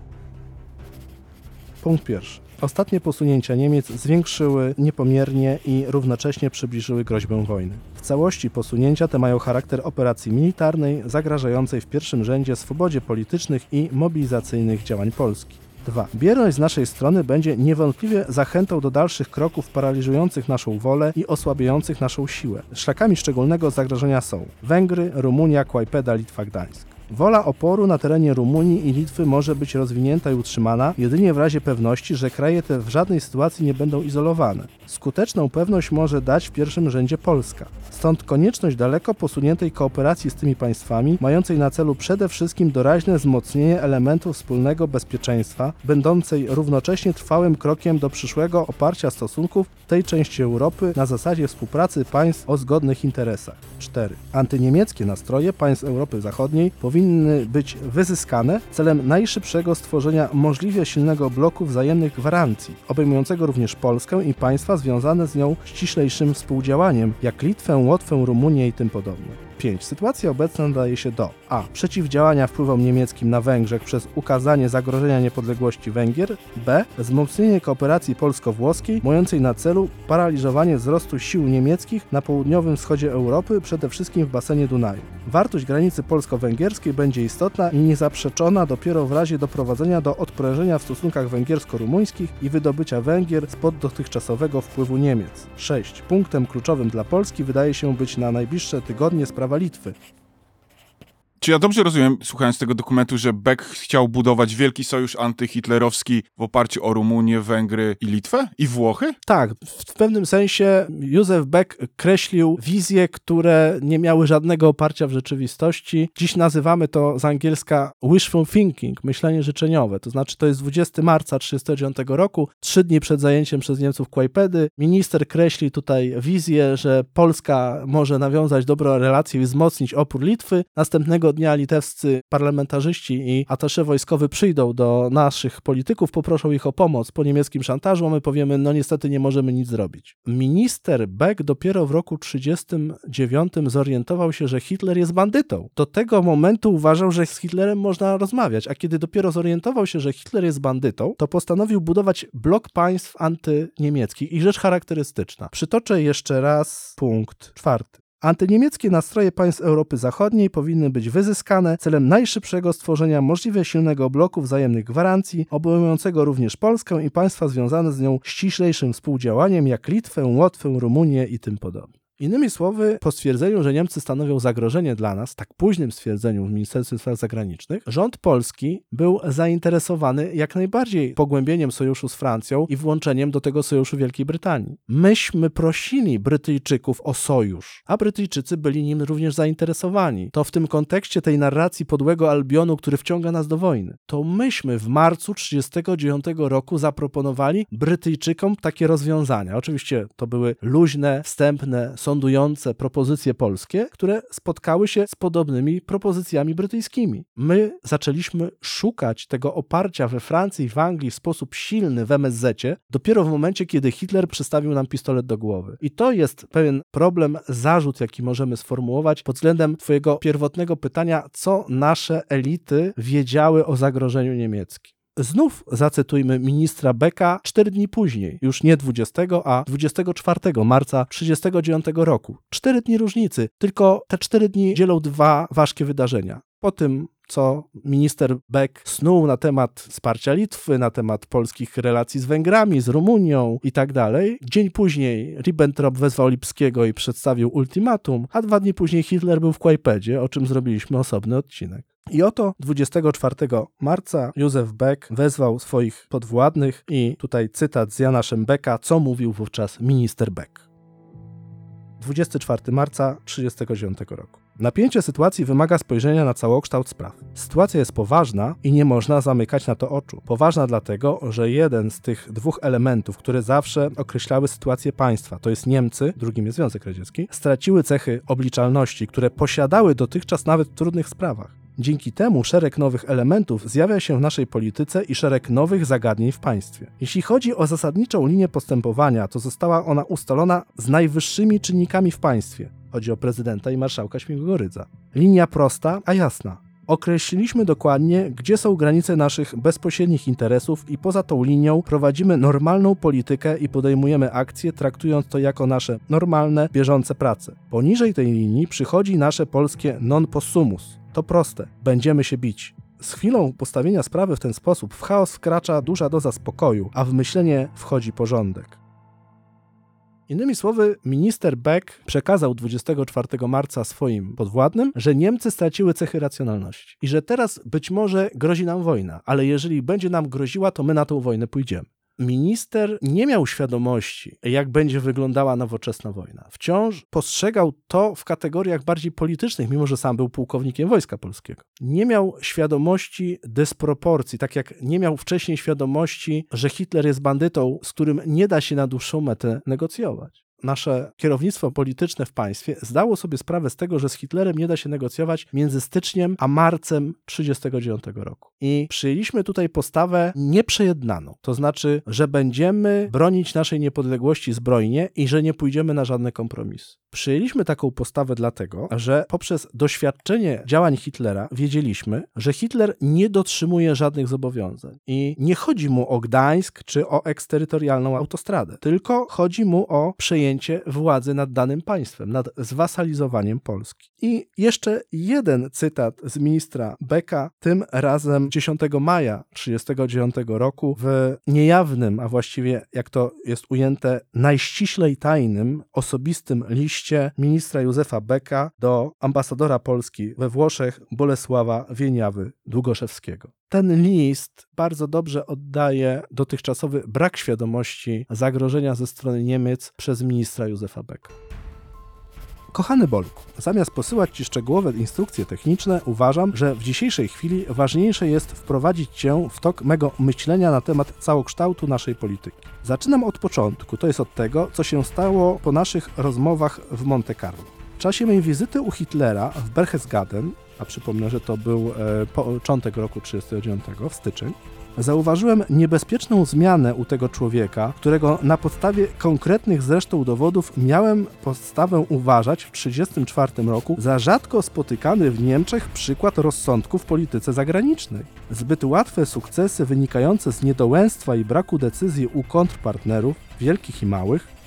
Speaker 2: Punkt pierwszy. Ostatnie posunięcia Niemiec zwiększyły niepomiernie i równocześnie przybliżyły groźbę wojny. W całości posunięcia te mają charakter operacji militarnej zagrażającej w pierwszym rzędzie swobodzie politycznych i mobilizacyjnych działań Polski. 2. Bierność z naszej strony będzie niewątpliwie zachętą do dalszych kroków paraliżujących naszą wolę i osłabiających naszą siłę. Szlakami szczególnego zagrożenia są Węgry, Rumunia, Kłajpeda, Litwa, Gdańsk. Wola oporu na terenie Rumunii i Litwy może być rozwinięta i utrzymana jedynie w razie pewności, że kraje te w żadnej sytuacji nie będą izolowane. Skuteczną pewność może dać w pierwszym rzędzie Polska. Stąd konieczność daleko posuniętej kooperacji z tymi państwami, mającej na celu przede wszystkim doraźne wzmocnienie elementów wspólnego bezpieczeństwa, będącej równocześnie trwałym krokiem do przyszłego oparcia stosunków w tej części Europy na zasadzie współpracy państw o zgodnych interesach. 4. Antyniemieckie nastroje państw Europy Zachodniej powinny być wyzyskane celem najszybszego stworzenia możliwie silnego bloku wzajemnych gwarancji, obejmującego również Polskę i państwa związane z nią ściślejszym współdziałaniem, jak Litwę, Łotwę, Rumunię i tym podobne. 5. Sytuacja obecna nadaje się do a. Przeciwdziałania wpływom niemieckim na Węgrzech przez ukazanie zagrożenia niepodległości Węgier, b. Wzmocnienie kooperacji polsko-włoskiej mającej na celu paraliżowanie wzrostu sił niemieckich na południowym wschodzie Europy, przede wszystkim w basenie Dunaju. Wartość granicy polsko-węgierskiej będzie istotna i niezaprzeczona dopiero w razie doprowadzenia do odprężenia w stosunkach węgiersko-rumuńskich i wydobycia Węgier spod dotychczasowego wpływu Niemiec. 6. Punktem kluczowym dla Polski wydaje się być na najbliższe tygodnie sprawa Litwy.
Speaker 1: Czy ja dobrze rozumiem, słuchając tego dokumentu, że Beck chciał budować wielki sojusz antyhitlerowski w oparciu o Rumunię, Węgry i Litwę? I Włochy?
Speaker 2: Tak, w pewnym sensie Józef Beck kreślił wizje, które nie miały żadnego oparcia w rzeczywistości. Dziś nazywamy to z angielska wishful thinking, myślenie życzeniowe. To znaczy to jest 20 marca 1939 roku, 3 dni przed zajęciem przez Niemców Kłajpedy. Minister kreśli tutaj wizję, że Polska może nawiązać dobrą relację i wzmocnić opór Litwy. Następnego dnia litewscy parlamentarzyści i atasze wojskowy przyjdą do naszych polityków, poproszą ich o pomoc po niemieckim szantażu, a my powiemy, no niestety nie możemy nic zrobić. Minister Beck dopiero w roku 1939 zorientował się, że Hitler jest bandytą. Do tego momentu uważał, że z Hitlerem można rozmawiać, a kiedy dopiero zorientował się, że Hitler jest bandytą, to postanowił budować blok państw antyniemieckich. I rzecz charakterystyczna. Przytoczę jeszcze raz punkt 4. Antyniemieckie nastroje państw Europy Zachodniej powinny być wyzyskane celem najszybszego stworzenia możliwie silnego bloku wzajemnych gwarancji, obejmującego również Polskę i państwa związane z nią ściślejszym współdziałaniem, jak Litwę, Łotwę, Rumunię i tym podobne. Innymi słowy, po stwierdzeniu, że Niemcy stanowią zagrożenie dla nas, tak późnym stwierdzeniu w Ministerstwie Spraw Zagranicznych, rząd polski był zainteresowany jak najbardziej pogłębieniem sojuszu z Francją i włączeniem do tego sojuszu Wielkiej Brytanii. Myśmy prosili Brytyjczyków o sojusz, a Brytyjczycy byli nim również zainteresowani. To w tym kontekście tej narracji podłego Albionu, który wciąga nas do wojny, to myśmy w marcu 1939 roku zaproponowali Brytyjczykom takie rozwiązania. Oczywiście to były luźne, wstępne, sądujące propozycje polskie, które spotkały się z podobnymi propozycjami brytyjskimi. My zaczęliśmy szukać tego oparcia we Francji i w Anglii w sposób silny w MSZ-cie dopiero w momencie, kiedy Hitler przystawił nam pistolet do głowy. I to jest pewien problem, zarzut, jaki możemy sformułować pod względem twojego pierwotnego pytania, co nasze elity wiedziały o zagrożeniu niemieckim. Znów zacytujmy ministra Becka 4 dni później, już nie 20, a 24 marca 1939 roku. 4 dni różnicy, tylko te 4 dni dzielą dwa ważkie wydarzenia. Po tym, co minister Beck snuł na temat wsparcia Litwy, na temat polskich relacji z Węgrami, z Rumunią i tak dalej. Dzień później Ribbentrop wezwał Lipskiego i przedstawił ultimatum, a 2 dni później Hitler był w Kłajpedzie, o czym zrobiliśmy osobny odcinek. I oto 24 marca Józef Beck wezwał swoich podwładnych i tutaj cytat z Jana Szembeka, co mówił wówczas minister Beck. 24 marca 1939 roku. Napięcie sytuacji wymaga spojrzenia na całokształt spraw. Sytuacja jest poważna i nie można zamykać na to oczu. Poważna dlatego, że jeden z tych dwóch elementów, które zawsze określały sytuację państwa, to jest Niemcy, drugim jest Związek Radziecki, straciły cechy obliczalności, które posiadały dotychczas nawet w trudnych sprawach. Dzięki temu szereg nowych elementów zjawia się w naszej polityce i szereg nowych zagadnień w państwie. Jeśli chodzi o zasadniczą linię postępowania, to została ona ustalona z najwyższymi czynnikami w państwie. Chodzi o prezydenta i marszałka Śmigłego Rydza. Linia prosta, a jasna. Określiliśmy dokładnie, gdzie są granice naszych bezpośrednich interesów i poza tą linią prowadzimy normalną politykę i podejmujemy akcje, traktując to jako nasze normalne, bieżące prace. Poniżej tej linii przychodzi nasze polskie non possumus. To proste. Będziemy się bić. Z chwilą postawienia sprawy w ten sposób w chaos wkracza duża doza spokoju, a w myślenie wchodzi porządek. Innymi słowy, minister Beck przekazał 24 marca swoim podwładnym, że Niemcy straciły cechy racjonalności i że teraz być może grozi nam wojna, ale jeżeli będzie nam groziła, to my na tą wojnę pójdziemy. Minister nie miał świadomości, jak będzie wyglądała nowoczesna wojna. Wciąż postrzegał to w kategoriach bardziej politycznych, mimo że sam był pułkownikiem Wojska Polskiego. Nie miał świadomości dysproporcji, tak jak nie miał wcześniej świadomości, że Hitler jest bandytą, z którym nie da się na dłuższą metę negocjować. Nasze kierownictwo polityczne w państwie zdało sobie sprawę z tego, że z Hitlerem nie da się negocjować między styczniem a marcem 1939 roku. I przyjęliśmy tutaj postawę nieprzejednaną. To znaczy, że będziemy bronić naszej niepodległości zbrojnie i że nie pójdziemy na żadne kompromisy. Przyjęliśmy taką postawę dlatego, że poprzez doświadczenie działań Hitlera wiedzieliśmy, że Hitler nie dotrzymuje żadnych zobowiązań. I nie chodzi mu o Gdańsk czy o eksterytorialną autostradę, tylko chodzi mu o przejęcie władzy nad danym państwem, nad zwasalizowaniem Polski. I jeszcze jeden cytat z ministra Becka, tym razem 10 maja 1939 roku w niejawnym, a właściwie jak to jest ujęte, najściślej tajnym, osobistym liście ministra Józefa Becka do ambasadora Polski we Włoszech Bolesława Wieniawy-Długoszewskiego. Ten list bardzo dobrze oddaje dotychczasowy brak świadomości zagrożenia ze strony Niemiec przez ministra Józefa Becka. Kochany Bolku, zamiast posyłać Ci szczegółowe instrukcje techniczne, uważam, że w dzisiejszej chwili ważniejsze jest wprowadzić Cię w tok mego myślenia na temat całokształtu naszej polityki. Zaczynam od początku, to jest od tego, co się stało po naszych rozmowach w Monte Carlo. W czasie mojej wizyty u Hitlera w Berchtesgaden, a przypomnę, że to był początek roku 1939, w styczeń, zauważyłem niebezpieczną zmianę u tego człowieka, którego na podstawie konkretnych zresztą dowodów miałem podstawę uważać w 1934 roku za rzadko spotykany w Niemczech przykład rozsądku w polityce zagranicznej. Zbyt łatwe sukcesy wynikające z niedołęstwa i braku decyzji u kontrpartnerów, wielkich i małych,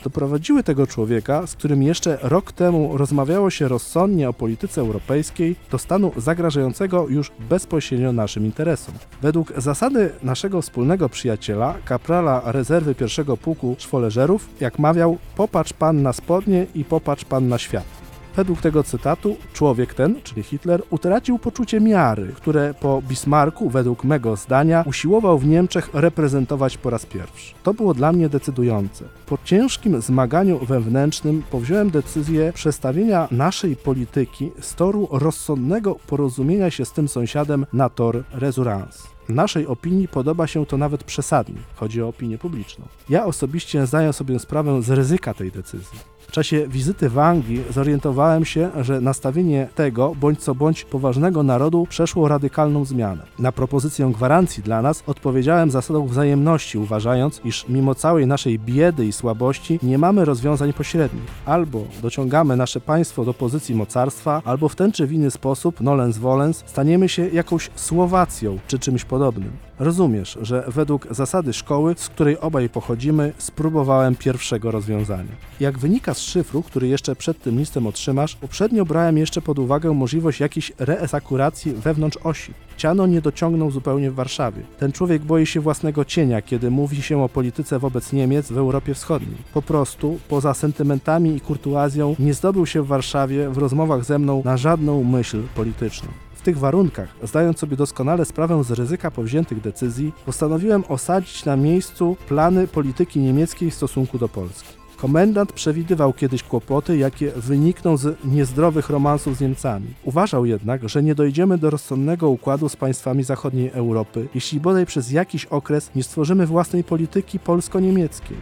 Speaker 2: doprowadziły tego człowieka, z którym jeszcze rok temu rozmawiało się rozsądnie o polityce europejskiej, do stanu zagrażającego już bezpośrednio naszym interesom. Według zasady naszego wspólnego przyjaciela, kaprala rezerwy pierwszego pułku szwoleżerów, jak mawiał, popatrz pan na spodnie i popatrz pan na świat. Według tego cytatu człowiek ten, czyli Hitler, utracił poczucie miary, które po Bismarcku, według mego zdania, usiłował w Niemczech reprezentować po raz pierwszy. To było dla mnie decydujące. Po ciężkim zmaganiu wewnętrznym powziąłem decyzję przestawienia naszej polityki z toru rozsądnego porozumienia się z tym sąsiadem na tor resurans. Naszej opinii podoba się to nawet przesadnie. Chodzi o opinię publiczną. Ja osobiście zdaję sobie sprawę z ryzyka tej decyzji. W czasie wizyty w Anglii zorientowałem się, że nastawienie tego, bądź co bądź poważnego narodu przeszło radykalną zmianę. Na propozycję gwarancji dla nas odpowiedziałem zasadą wzajemności, uważając, iż mimo całej naszej biedy i słabości nie mamy rozwiązań pośrednich. Albo dociągamy nasze państwo do pozycji mocarstwa, albo w ten czy w inny sposób, nolens volens, staniemy się jakąś Słowacją czy czymś podobnym. Rozumiesz, że według zasady szkoły, z której obaj pochodzimy, spróbowałem pierwszego rozwiązania. Jak wynika z szyfru, który jeszcze przed tym listem otrzymasz, uprzednio brałem jeszcze pod uwagę możliwość jakiejś reesakuracji wewnątrz osi. Ciano nie dociągnął zupełnie w Warszawie. Ten człowiek boi się własnego cienia, kiedy mówi się o polityce wobec Niemiec w Europie Wschodniej. Po prostu, poza sentymentami i kurtuazją, nie zdobył się w Warszawie w rozmowach ze mną na żadną myśl polityczną. W tych warunkach, zdając sobie doskonale sprawę z ryzyka powziętych decyzji, postanowiłem osadzić na miejscu plany polityki niemieckiej w stosunku do Polski. Komendant przewidywał kiedyś kłopoty, jakie wynikną z niezdrowych romansów z Niemcami. Uważał jednak, że nie dojdziemy do rozsądnego układu z państwami zachodniej Europy, jeśli bodaj przez jakiś okres nie stworzymy własnej polityki polsko-niemieckiej.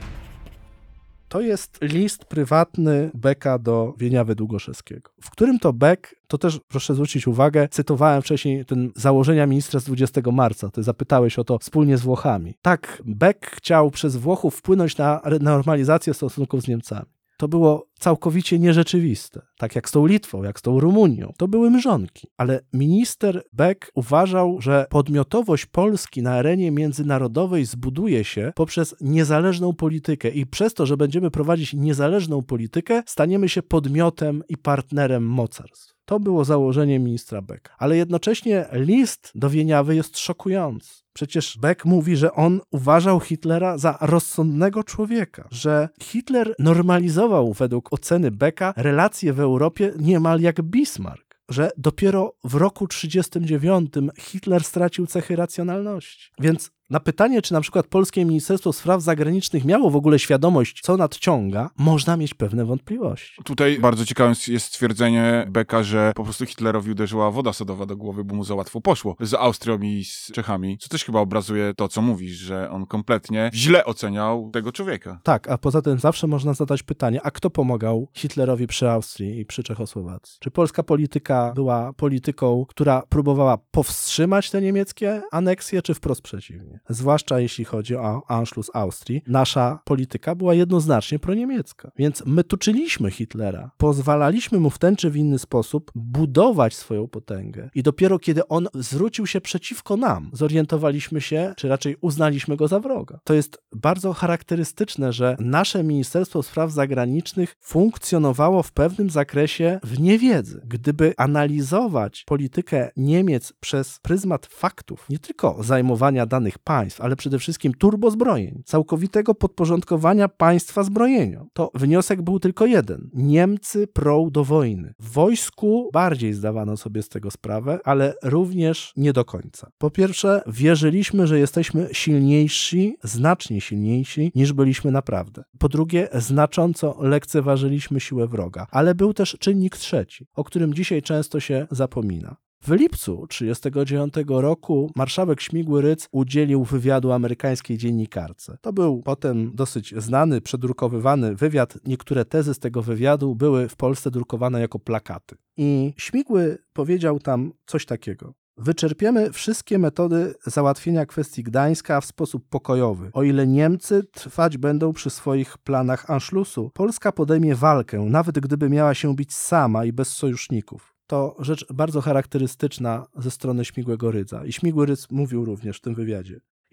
Speaker 2: To jest list prywatny Becka do Wieniawy Długoszewskiego, w którym to Beck, to też proszę zwrócić uwagę, cytowałem wcześniej ten założenia ministra z 20 marca, ty zapytałeś o to wspólnie z Włochami. Tak, Beck chciał przez Włochów wpłynąć na normalizację stosunków z Niemcami. To było całkowicie nierzeczywiste. Tak jak z tą Litwą, jak z tą Rumunią. To były mrzonki. Ale minister Beck uważał, że podmiotowość Polski na arenie międzynarodowej zbuduje się poprzez niezależną politykę i przez to, że będziemy prowadzić niezależną politykę, staniemy się podmiotem i partnerem mocarstw. To było założenie ministra Becka. Ale jednocześnie list do Wieniawy jest szokujący. Przecież Beck mówi, że on uważał Hitlera za rozsądnego człowieka, że Hitler normalizował według oceny Becka relacje w Europie niemal jak Bismarck, że dopiero w roku 1939 Hitler stracił cechy racjonalności. Więc na pytanie, czy na przykład polskie Ministerstwo Spraw Zagranicznych miało w ogóle świadomość, co nadciąga, można mieć pewne wątpliwości.
Speaker 1: Tutaj bardzo ciekawe jest stwierdzenie Becka, że po prostu Hitlerowi uderzyła woda sodowa do głowy, bo mu za łatwo poszło z Austrią i z Czechami, co też chyba obrazuje to, co mówisz, że on kompletnie źle oceniał tego człowieka.
Speaker 2: Tak, a poza tym zawsze można zadać pytanie, a kto pomagał Hitlerowi przy Austrii i przy Czechosłowacji? Czy polska polityka była polityką, która próbowała powstrzymać te niemieckie aneksje, czy wprost przeciwnie? Zwłaszcza jeśli chodzi o Anschluss Austrii, nasza polityka była jednoznacznie proniemiecka. Więc my tuczyliśmy Hitlera, pozwalaliśmy mu w ten czy w inny sposób budować swoją potęgę. I dopiero kiedy on zwrócił się przeciwko nam, zorientowaliśmy się, czy raczej uznaliśmy go za wroga. To jest bardzo charakterystyczne, że nasze Ministerstwo Spraw Zagranicznych funkcjonowało w pewnym zakresie w niewiedzy. Gdyby analizować politykę Niemiec przez pryzmat faktów, nie tylko zajmowania danych państw, ale przede wszystkim turbozbrojeń, całkowitego podporządkowania państwa zbrojeniom, to wniosek był tylko jeden. Niemcy prą do wojny. W wojsku bardziej zdawano sobie z tego sprawę, ale również nie do końca. Po pierwsze, wierzyliśmy, że jesteśmy silniejsi, znacznie silniejsi, niż byliśmy naprawdę. Po drugie, znacząco lekceważyliśmy siłę wroga. Ale był też czynnik trzeci, o którym dzisiaj często się zapomina. W lipcu 1939 roku marszałek Śmigły-Rydz udzielił wywiadu amerykańskiej dziennikarce. To był potem dosyć znany, przedrukowywany wywiad. Niektóre tezy z tego wywiadu były w Polsce drukowane jako plakaty. I Śmigły powiedział tam coś takiego. Wyczerpiemy wszystkie metody załatwienia kwestii Gdańska w sposób pokojowy. O ile Niemcy trwać będą przy swoich planach Anschlussu, Polska podejmie walkę, nawet gdyby miała się bić sama i bez sojuszników. To rzecz bardzo charakterystyczna ze strony Śmigłego Rydza. I Śmigły Rydz mówił również w tym wywiadzie.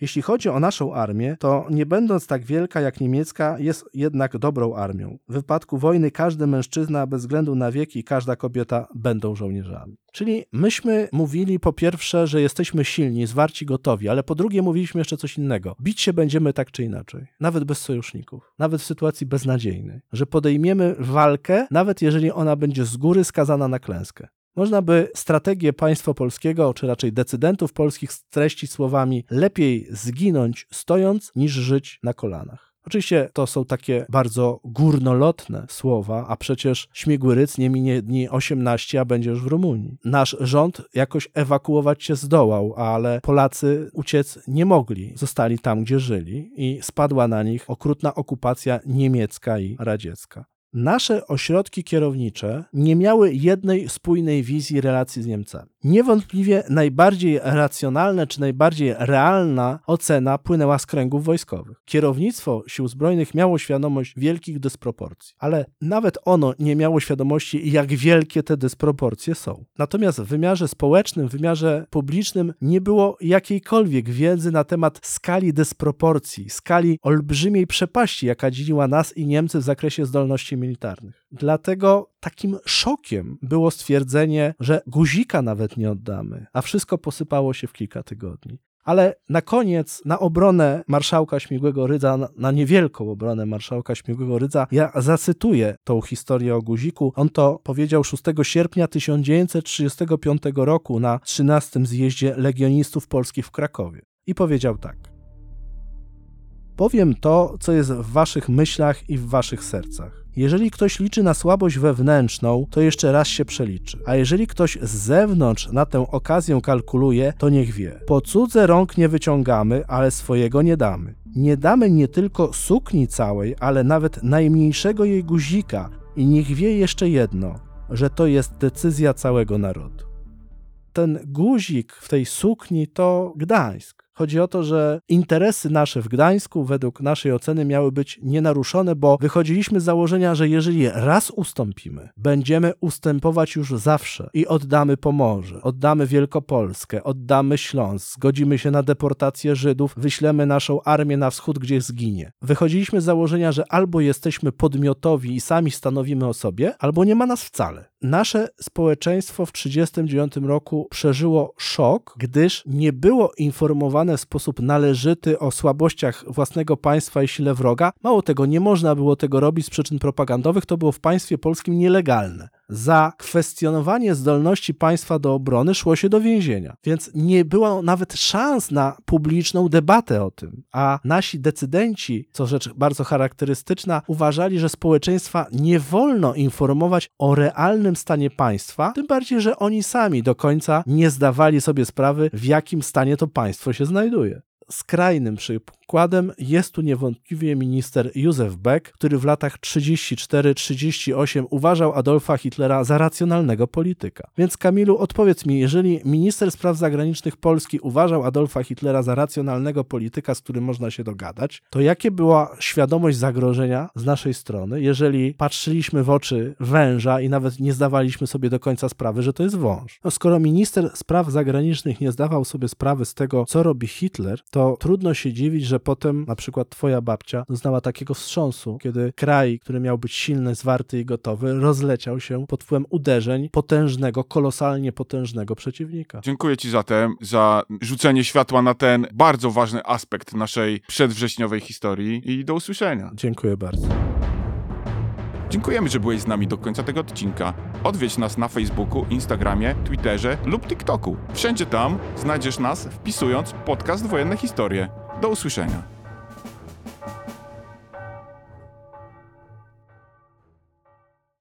Speaker 2: Jeśli chodzi o naszą armię, to nie będąc tak wielka jak niemiecka, jest jednak dobrą armią. W wypadku wojny każdy mężczyzna bez względu na wiek i każda kobieta będą żołnierzami. Czyli myśmy mówili po pierwsze, że jesteśmy silni, zwarci, gotowi, ale po drugie mówiliśmy jeszcze coś innego. Bić się będziemy tak czy inaczej, nawet bez sojuszników, nawet w sytuacji beznadziejnej, że podejmiemy walkę, nawet jeżeli ona będzie z góry skazana na klęskę. Można by strategię państwa polskiego, czy raczej decydentów polskich streścić słowami: lepiej zginąć stojąc, niż żyć na kolanach. Oczywiście to są takie bardzo górnolotne słowa, a przecież Śmigły Rydz nie minie dni 18, a będzie już w Rumunii. Nasz rząd jakoś ewakuować się zdołał, ale Polacy uciec nie mogli. Zostali tam, gdzie żyli i spadła na nich okrutna okupacja niemiecka i radziecka. Nasze ośrodki kierownicze nie miały jednej spójnej wizji relacji z Niemcami. Niewątpliwie najbardziej racjonalna czy najbardziej realna ocena płynęła z kręgów wojskowych. Kierownictwo Sił Zbrojnych miało świadomość wielkich dysproporcji, ale nawet ono nie miało świadomości, jak wielkie te dysproporcje są. Natomiast w wymiarze społecznym, w wymiarze publicznym nie było jakiejkolwiek wiedzy na temat skali dysproporcji, skali olbrzymiej przepaści, jaka dzieliła nas i Niemcy w zakresie zdolności militarnych. Dlatego takim szokiem było stwierdzenie, że guzika nawet nie oddamy, a wszystko posypało się w kilka tygodni. Ale na koniec, na obronę marszałka Śmigłego Rydza, na niewielką obronę marszałka Śmigłego Rydza, ja zacytuję tą historię o guziku. On to powiedział 6 sierpnia 1935 roku na 13. zjeździe legionistów polskich w Krakowie. I powiedział tak: powiem to, co jest w waszych myślach i w waszych sercach. Jeżeli ktoś liczy na słabość wewnętrzną, to jeszcze raz się przeliczy. A jeżeli ktoś z zewnątrz na tę okazję kalkuluje, to niech wie. Po cudze rąk nie wyciągamy, ale swojego nie damy. Nie damy nie tylko sukni całej, ale nawet najmniejszego jej guzika. I niech wie jeszcze jedno, że to jest decyzja całego narodu. Ten guzik w tej sukni to Gdańsk. Chodzi o to, że interesy nasze w Gdańsku według naszej oceny miały być nienaruszone, bo wychodziliśmy z założenia, że jeżeli raz ustąpimy, będziemy ustępować już zawsze i oddamy Pomorze, oddamy Wielkopolskę, oddamy Śląsk, zgodzimy się na deportację Żydów, wyślemy naszą armię na wschód, gdzie zginie. Wychodziliśmy z założenia, że albo jesteśmy podmiotowi i sami stanowimy o sobie, albo nie ma nas wcale. Nasze społeczeństwo w 1939 roku przeżyło szok, gdyż nie było informowane w sposób należyty o słabościach własnego państwa i sile wroga. Mało tego, nie można było tego robić z przyczyn propagandowych, to było w państwie polskim nielegalne. Za kwestionowanie zdolności państwa do obrony szło się do więzienia, więc nie było nawet szans na publiczną debatę o tym, a nasi decydenci, co rzecz bardzo charakterystyczna, uważali, że społeczeństwa nie wolno informować o realnym stanie państwa, tym bardziej, że oni sami do końca nie zdawali sobie sprawy, w jakim stanie to państwo się znajduje. Skrajnym przykładem jest tu niewątpliwie minister Józef Beck, który w latach 34-38 uważał Adolfa Hitlera za racjonalnego polityka. Więc Kamilu, odpowiedz mi, jeżeli minister spraw zagranicznych Polski uważał Adolfa Hitlera za racjonalnego polityka, z którym można się dogadać, to jakie była świadomość zagrożenia z naszej strony, jeżeli patrzyliśmy w oczy węża i nawet nie zdawaliśmy sobie do końca sprawy, że to jest wąż? No, skoro minister spraw zagranicznych nie zdawał sobie sprawy z tego, co robi Hitler, to trudno się dziwić, że potem na przykład twoja babcia doznała takiego wstrząsu, kiedy kraj, który miał być silny, zwarty i gotowy, rozleciał się pod wpływem uderzeń potężnego, kolosalnie potężnego przeciwnika.
Speaker 1: Dziękuję ci zatem za rzucenie światła na ten bardzo ważny aspekt naszej przedwrześniowej historii i do usłyszenia.
Speaker 2: Dziękuję bardzo.
Speaker 1: Dziękujemy, że byłeś z nami do końca tego odcinka. Odwiedź nas na Facebooku, Instagramie, Twitterze lub TikToku. Wszędzie tam znajdziesz nas, wpisując podcast Wojenne Historie. Do usłyszenia.